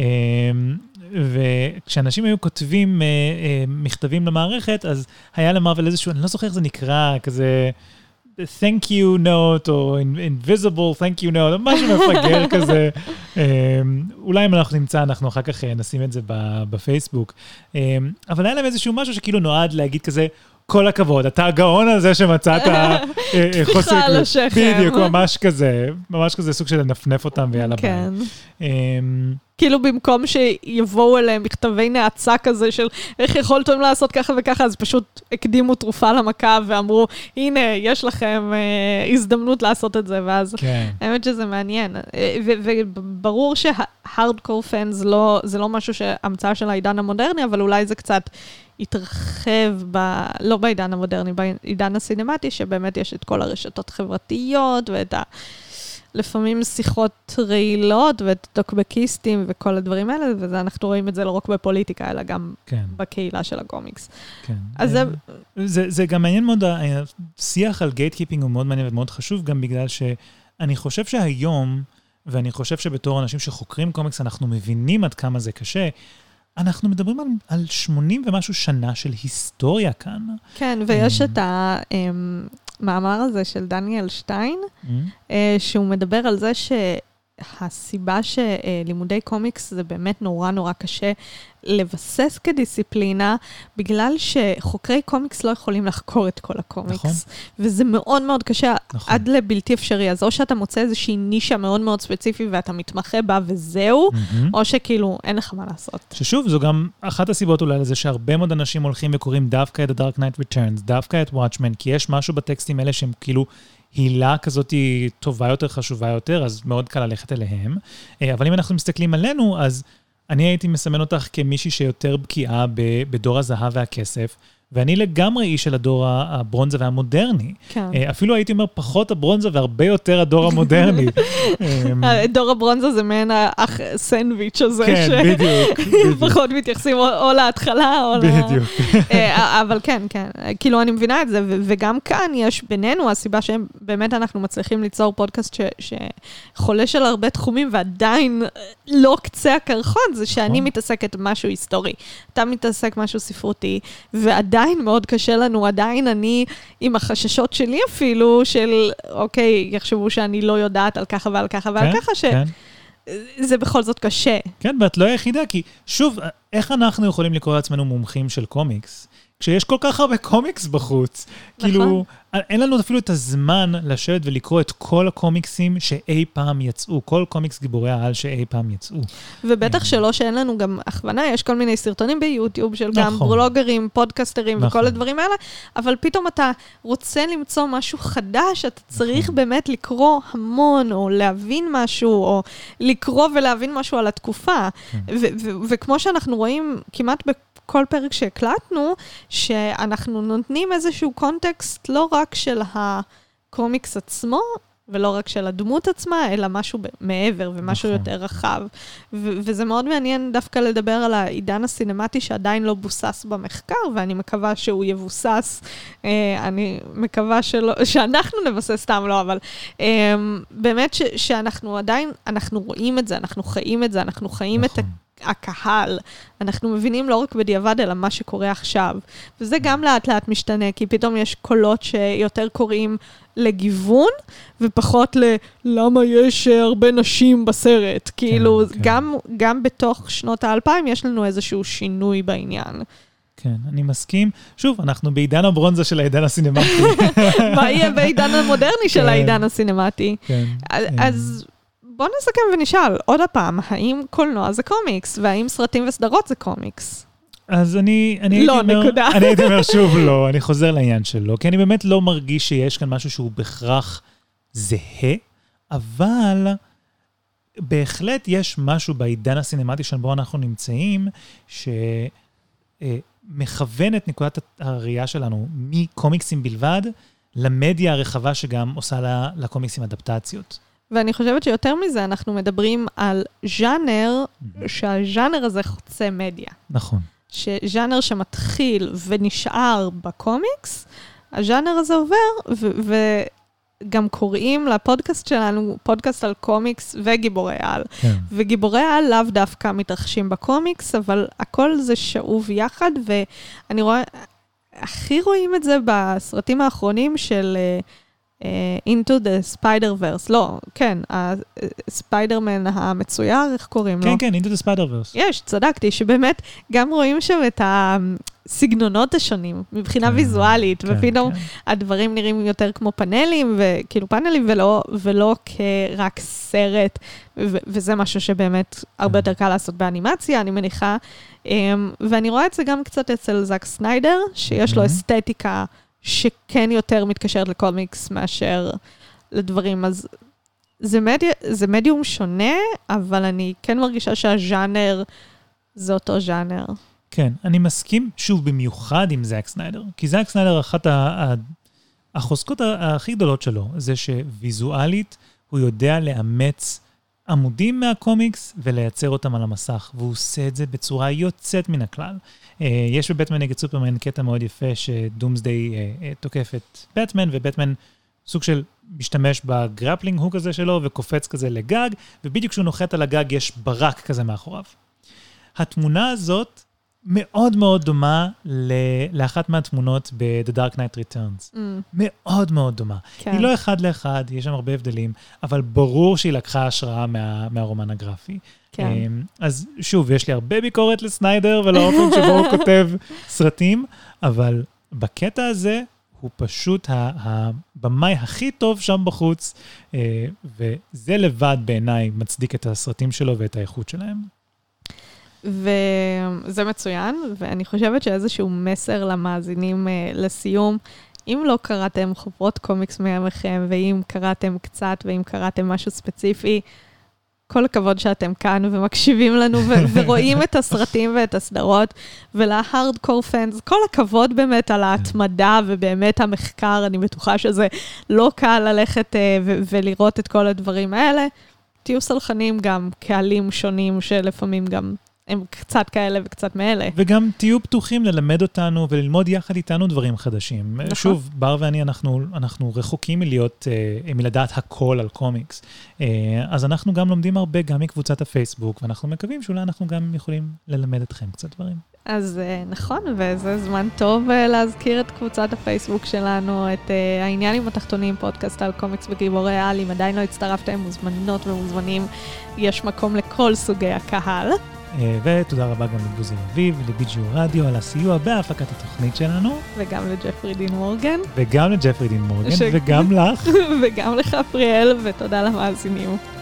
וכשאנשים היו כותבים מכתבים למערכת, אז היה למרוול איזשהו, אני לא זוכר איך זה נקרא, כזה... thank you note, או invisible thank you note, משהו מפגר כזה. אולי אם אנחנו נמצא, אנחנו אחר כך נשים את זה בפייסבוק. אבל היה להם איזשהו משהו שכאילו נועד להגיד כזה, כל הכבוד, אתה הגאון על זה שמצאת תפיחה על השכם. בדיוק, ממש כזה, ממש כזה סוג של לנפנף אותם ויאללה ביי. כן. כאילו במקום שיבואו אליהם מכתבי נעצה כזה של איך יכולתם לעשות ככה וככה, אז פשוט הקדימו תרופה למכה ואמרו, הנה, יש לכם אה, הזדמנות לעשות את זה, ואז כן. האמת שזה מעניין. וברור שההארדקור פאנס לא, זה לא משהו שהמצאה של העידן המודרני, אבל אולי זה קצת התרחב, ב, לא בעידן המודרני, בעידן הסינמטי, שבאמת יש את כל הרשתות חברתיות ואת ה... לפעמים שיחות רעילות וטוקבקיסטים וכל הדברים האלה, ואנחנו רואים את זה לא רק בפוליטיקה, אלא גם כן. בקהילה של הקומיקס. כן. אז זה... זה... זה גם מעניין מאוד, השיח על גייט-קיפינג הוא מאוד מעניין ומאוד חשוב, גם בגלל שאני חושב שהיום, ואני חושב שבתור אנשים שחוקרים קומיקס, אנחנו מבינים עד כמה זה קשה, אנחנו מדברים על, על שמונים ומשהו שנה של היסטוריה כאן. כן, ויש את ה... מאמר הזה של דניאל שטיין, mm-hmm. שהוא מדבר על זה שהסיבה שלימודי קומיקס זה באמת נורא נורא קשה לבסס כדיסציפלינה, בגלל שחוקרי קומיקס לא יכולים לחקור את כל הקומיקס. נכון. וזה מאוד מאוד קשה, נכון. עד לבלתי אפשרי. אז או שאתה מוצא איזושהי נישה מאוד מאוד ספציפית, ואתה מתמחה בה וזהו, mm-hmm. או שכאילו אין לך מה לעשות. ששוב, זו גם אחת הסיבות אולי לזה, שהרבה מאוד אנשים הולכים וקוראים דווקא את The Dark Knight Returns, דווקא את Watchmen, כי יש משהו בטקסטים האלה שהם כאילו הילה כזאת טובה יותר, חשובה יותר, אז מאוד קל ללכת אליהם. אבל אם אנחנו מסתכלים עלינו, אז אני הייתי מסמן אותך כמישהי שיותר בקיאה בדור הזהב והכסף, ואני לגמרי איש של הדור הברונזה והמודרני. כן. אפילו הייתי אומר פחות הברונזה והרבה יותר הדור המודרני. דור הברונזה זה מעין האח סנדוויץ' הזה. כן, בדיוק. פחות מתייחסים או להתחלה או ל... בדיוק. אבל כן, כן. כאילו אני מבינה את זה, וגם כאן יש בינינו הסיבה שבאמת אנחנו מצליחים ליצור פודקאסט שחולש על הרבה תחומים, ועדיין לא קצה הקרחון, זה שאני מתעסקת משהו היסטורי. אתה מתעסק משהו ספרותי, ועדיין עדיין מאוד קשה לנו, עדיין אני עם החששות שלי אפילו, של אוקיי, יחשבו שאני לא יודעת על ככה ועל ככה ועל ככה, שזה בכל זאת קשה. כן, ואת לא היחידה, כי שוב, איך אנחנו יכולים לקרוא לעצמנו מומחים של קומיקס? כשיש כל כך הרבה קומיקס בחוץ, נכון. כאילו, אין לנו אפילו את הזמן לשבת ולקרוא את כל הקומיקסים שאי פעם יצאו, כל קומיקס גיבורי העל שאי פעם יצאו. ובטח שלא שאין לנו גם הכוונה, יש כל מיני סרטונים ביוטיוב של נכון. גם בלוגרים, פודקסטרים נכון. וכל הדברים האלה, אבל פתאום אתה רוצה למצוא משהו חדש, אתה צריך נכון. באמת לקרוא המון, או להבין משהו, או לקרוא ולהבין משהו על התקופה. כן. וכמו שאנחנו רואים כמעט בכל, כל פרק שהקלטנו, שאנחנו נותנים איזשהו קונטקסט לא רק של הקומיקס עצמו, ולא רק של הדמות עצמה, אלא משהו מעבר ומשהו נכון. יותר רחב. ו- וזה מאוד מעניין דווקא לדבר על העידן הסינמטי שעדיין לא בוסס במחקר, ואני מקווה שהוא יבוסס. אה, אני מקווה שלא, שאנחנו נבסס סתם לא, אבל אה, באמת ש- שאנחנו עדיין, אנחנו רואים את זה, אנחנו חיים את זה, אנחנו חיים נכון. את ה... הקהל, אנחנו מבינים לא רק בדיעבד, אלא מה שקורה עכשיו. וזה גם לאט לאט משתנה, כי פתאום יש קולות שיותר קוראים לגיוון, ופחות ללמה יש הרבה נשים בסרט. כאילו, כן, גם, כן. גם בתוך שנות האלפיים יש לנו איזשהו שינוי בעניין. כן, אני מסכים. שוב, אנחנו בעידן הברונזה של העידן הסינמטי. מה יהיה בעידן המודרני של העידן הסינמטי? כן. אז... בוא נסכם ונשאל, עוד הפעם, האם קולנוע זה קומיקס, והאם סרטים וסדרות זה קומיקס? אז אני, אני לא, הייתי אומר, נקודה. אני הייתי אומר שוב לא, אני חוזר לעניין שלו, כי אני באמת לא מרגיש שיש כאן משהו שהוא בכרך זהה, אבל בהחלט יש משהו בעידן הסינמטי שבו אנחנו נמצאים, שמכוון את נקודת הראייה שלנו מקומיקסים בלבד, למדיה הרחבה שגם עושה לקומיקסים אדפטציות. ואני חושבת שיותר מזה, אנחנו מדברים על ז'אנר, שהז'אנר הזה חוצה מדיה. נכון. שז'אנר שמתחיל ונשאר בקומיקס, הז'אנר הזה עובר, ו- וגם קוראים לפודקאסט שלנו, פודקאסט על קומיקס וגיבורי על. כן. וגיבורי על לאו דווקא מתרחשים בקומיקס, אבל הכל זה שאוב יחד, ואני רואה, הכי רואים את זה בסרטים האחרונים של... into the Spider-Verse, לא, כן, הספיידרמן המצויר, איך קוראים לו? כן, כן, into the Spider-Verse. יש, צדקתי, שבאמת גם רואים שם את הסגנונות השונים, מבחינה ויזואלית, ופתאום הדברים נראים יותר כמו פאנלים, וכאילו פאנלים, ולא כרק סרט, וזה משהו שבאמת הרבה יותר קל לעשות באנימציה, אני מניחה, ואני רואה את זה גם קצת אצל זאק סניידר, שיש לו אסתטיקה, שכן יותר מתקשרת לקומיקס מאשר לדברים. אז זה, מדי, זה מדיום שונה, אבל אני כן מרגישה שהז'אנר זה אותו ז'אנר. כן, אני מסכים שוב במיוחד עם זאק סניידר, כי זאק סניידר אחת החוזקות הכי גדולות שלו, זה שוויזואלית הוא יודע לאמץ עמודים מהקומיקס ולייצר אותם על המסך, והוא עושה את זה בצורה יוצאת מן הכלל. יש בבטמן נגד סופרמן קטע מאוד יפה שדומסדיי תוקף את בטמן, ובטמן סוג של משתמש בגרפלינג הוק הזה שלו, וקופץ כזה לגג, ובדיוק כשהוא נוחת על הגג יש ברק כזה מאחוריו. התמונה הזאת מאוד מאוד דומה לאחת מהתמונות ב-The Dark Knight Returns. Mm. מאוד מאוד דומה. כן. היא לא אחד לאחד, יש שם הרבה הבדלים, אבל ברור שהיא לקחה השראה מה, מהרומן הגרפי. כן. אז שוב, יש לי הרבה ביקורת לסניידר ולאופן שבו הוא כותב סרטים, אבל בקטע הזה הוא פשוט הבמאי הכי טוב שם בחוץ, וזה לבד בעיניי מצדיק את הסרטים שלו ואת האיכות שלהם. וזה מצוין, ואני חושבת שאיזשהו מסר למאזינים לסיום, אם לא קראתם חוברות קומיקס מימיכם, ואם קראתם קצת, ואם קראתם משהו ספציפי, כל הכבוד שאתם כאן ומקשיבים לנו, ו- ורואים את הסרטים ואת הסדרות, ולהארדקור פאנס, כל הכבוד באמת על ההתמדה, ובאמת המחקר, אני בטוחה שזה לא קל ללכת ו- ולראות את כל הדברים האלה. תהיו סלחנים גם קהלים שונים, שלפעמים גם הם קצת כאלה וקצת מאלה. וגם תהיו פתוחים ללמד אותנו וללמוד יחד איתנו דברים חדשים. נכון. שוב, בר ואני, אנחנו, אנחנו רחוקים מלהיות, אה, מלדעת הכל על קומיקס. אה, אז אנחנו גם לומדים הרבה, גם מקבוצת הפייסבוק, ואנחנו מקווים שאולי אנחנו גם יכולים ללמד אתכם קצת דברים. אז נכון, וזה זמן טוב להזכיר את קבוצת הפייסבוק שלנו, את העניינים התחתונים, פודקאסט על קומיקס וגיבורי על. אם עדיין לא הצטרפתם, מוזמנות ומוזמנים, יש מקום לכל סוגי הקהל. ותודה רבה גם לבוזי אביב, לביג'יו רדיו, על הסיוע בהפקת התוכנית שלנו. וגם לג'פרי דין מורגן. וגם לג'פרי דין מורגן, וגם לך. וגם לך, פריאל, ותודה למאזינים.